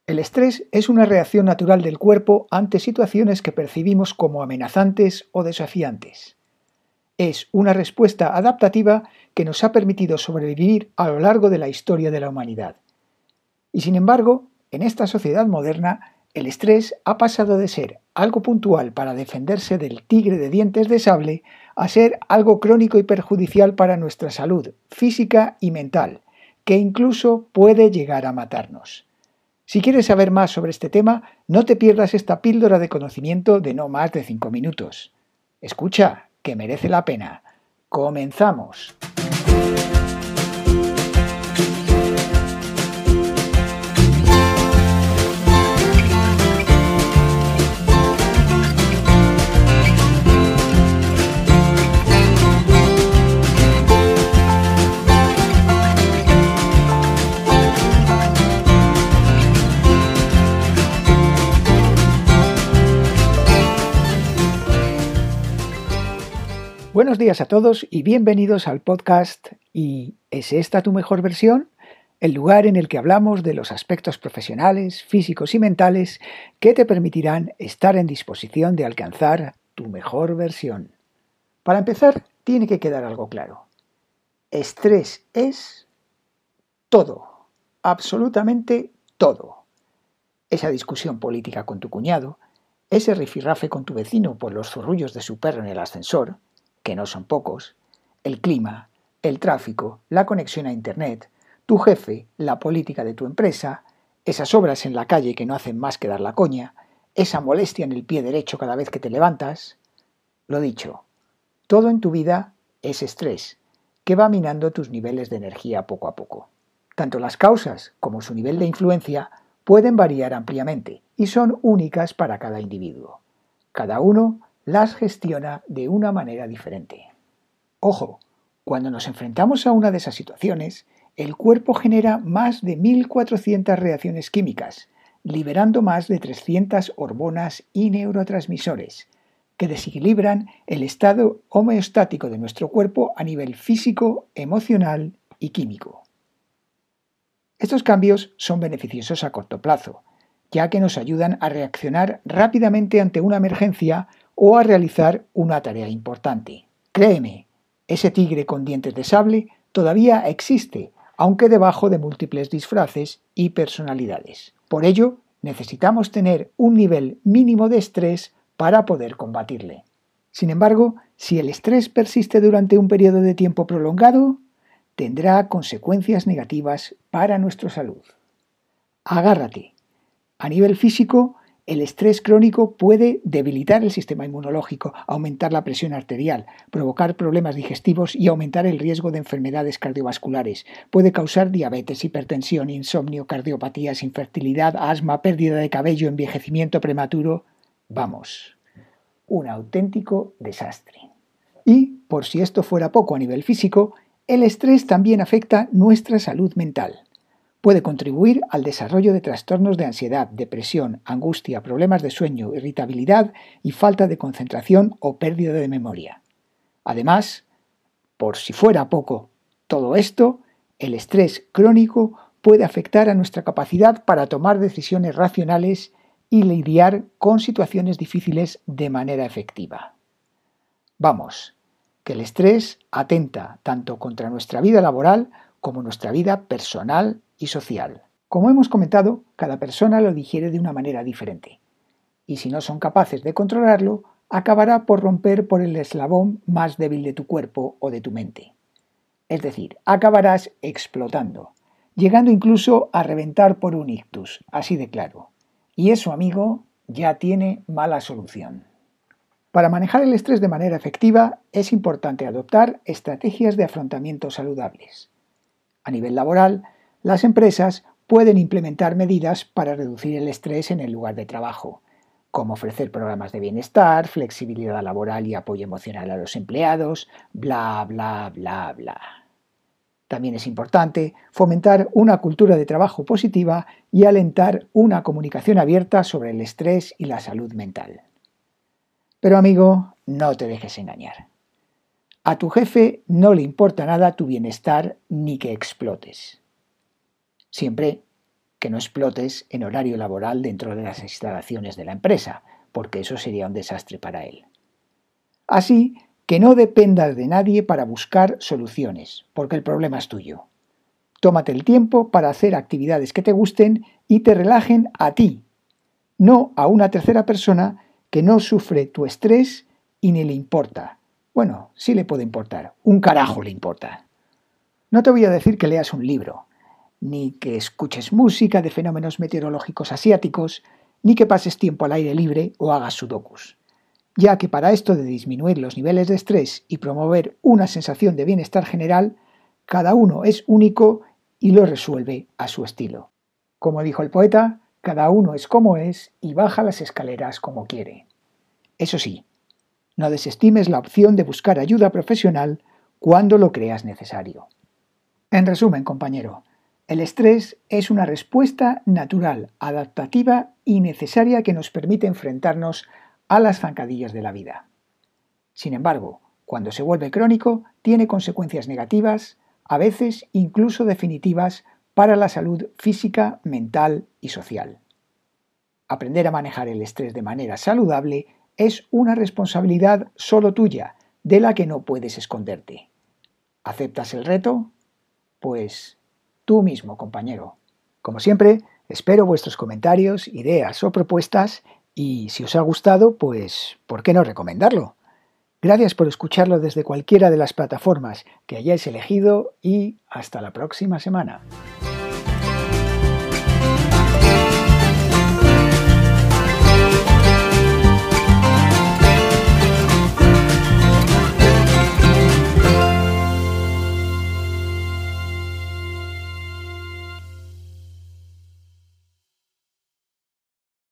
El estrés es una reacción natural del cuerpo ante situaciones que percibimos como amenazantes o desafiantes. Es una respuesta adaptativa que nos ha permitido sobrevivir a lo largo de la historia de la humanidad. Y sin embargo, en esta sociedad moderna, el estrés ha pasado de ser algo puntual para defenderse del tigre de dientes de sable a ser algo crónico y perjudicial para nuestra salud física y mental, que incluso puede llegar a matarnos. Si quieres saber más sobre este tema, no te pierdas esta píldora de conocimiento de no más de 5 minutos. Escucha, que merece la pena. ¡Comenzamos! Buenos días a todos y bienvenidos al podcast ¿Y es esta tu mejor versión? El lugar en el que hablamos de los aspectos profesionales, físicos y mentales que te permitirán estar en disposición de alcanzar tu mejor versión. Para empezar, tiene que quedar algo claro. Estrés es todo, absolutamente todo. Esa discusión política con tu cuñado, ese rifirrafe con tu vecino por los zurrullos de su perro en el ascensor, que no son pocos, el clima, el tráfico, la conexión a Internet, tu jefe, la política de tu empresa, esas obras en la calle que no hacen más que dar la coña, esa molestia en el pie derecho cada vez que te levantas. Lo dicho, todo en tu vida es estrés, que va minando tus niveles de energía poco a poco. Tanto las causas como su nivel de influencia pueden variar ampliamente y son únicas para cada individuo. Cada uno las gestiona de una manera diferente. Ojo, cuando nos enfrentamos a una de esas situaciones, el cuerpo genera más de 1.400 reacciones químicas, liberando más de 300 hormonas y neurotransmisores, que desequilibran el estado homeostático de nuestro cuerpo a nivel físico, emocional y químico. Estos cambios son beneficiosos a corto plazo, ya que nos ayudan a reaccionar rápidamente ante una emergencia o a realizar una tarea importante. Créeme, ese tigre con dientes de sable todavía existe, aunque debajo de múltiples disfraces y personalidades. Por ello, necesitamos tener un nivel mínimo de estrés para poder combatirle. Sin embargo, si el estrés persiste durante un periodo de tiempo prolongado, tendrá consecuencias negativas para nuestra salud. Agárrate. A nivel físico, el estrés crónico puede debilitar el sistema inmunológico, aumentar la presión arterial, provocar problemas digestivos y aumentar el riesgo de enfermedades cardiovasculares. Puede causar diabetes, hipertensión, insomnio, cardiopatías, infertilidad, asma, pérdida de cabello, envejecimiento prematuro. Vamos, un auténtico desastre. Y, por si esto fuera poco a nivel físico, el estrés también afecta nuestra salud mental. Puede contribuir al desarrollo de trastornos de ansiedad, depresión, angustia, problemas de sueño, irritabilidad y falta de concentración o pérdida de memoria. Además, por si fuera poco todo esto, el estrés crónico puede afectar a nuestra capacidad para tomar decisiones racionales y lidiar con situaciones difíciles de manera efectiva. Vamos, que el estrés atenta tanto contra nuestra vida laboral como nuestra vida personal y social. Como hemos comentado, cada persona lo digiere de una manera diferente. Y si no son capaces de controlarlo, acabará por romper por el eslabón más débil de tu cuerpo o de tu mente. Es decir, acabarás explotando, llegando incluso a reventar por un ictus, así de claro. Y eso, amigo, ya tiene mala solución. Para manejar el estrés de manera efectiva, es importante adoptar estrategias de afrontamiento saludables. A nivel laboral, las empresas pueden implementar medidas para reducir el estrés en el lugar de trabajo, como ofrecer programas de bienestar, flexibilidad laboral y apoyo emocional a los empleados, bla, bla, bla, bla. También es importante fomentar una cultura de trabajo positiva y alentar una comunicación abierta sobre el estrés y la salud mental. Pero amigo, no te dejes engañar. A tu jefe no le importa nada tu bienestar ni que explotes. Siempre que no explotes en horario laboral dentro de las instalaciones de la empresa, porque eso sería un desastre para él. Así que no dependas de nadie para buscar soluciones, porque el problema es tuyo. Tómate el tiempo para hacer actividades que te gusten y te relajen a ti, no a una tercera persona que no sufre tu estrés y ni le importa. Bueno, sí le puede importar, un carajo le importa. No te voy a decir que leas un libro, ni que escuches música de fenómenos meteorológicos asiáticos, ni que pases tiempo al aire libre o hagas sudokus, ya que para esto de disminuir los niveles de estrés y promover una sensación de bienestar general, cada uno es único y lo resuelve a su estilo. Como dijo el poeta, cada uno es como es y baja las escaleras como quiere. Eso sí, no desestimes la opción de buscar ayuda profesional cuando lo creas necesario. En resumen, compañero, el estrés es una respuesta natural, adaptativa y necesaria que nos permite enfrentarnos a las zancadillas de la vida. Sin embargo, cuando se vuelve crónico, tiene consecuencias negativas, a veces incluso definitivas, para la salud física, mental y social. Aprender a manejar el estrés de manera saludable es una responsabilidad solo tuya, de la que no puedes esconderte. ¿Aceptas el reto? Pues tú mismo, compañero. Como siempre, espero vuestros comentarios, ideas o propuestas y si os ha gustado, pues ¿por qué no recomendarlo? Gracias por escucharlo desde cualquiera de las plataformas que hayáis elegido y hasta la próxima semana.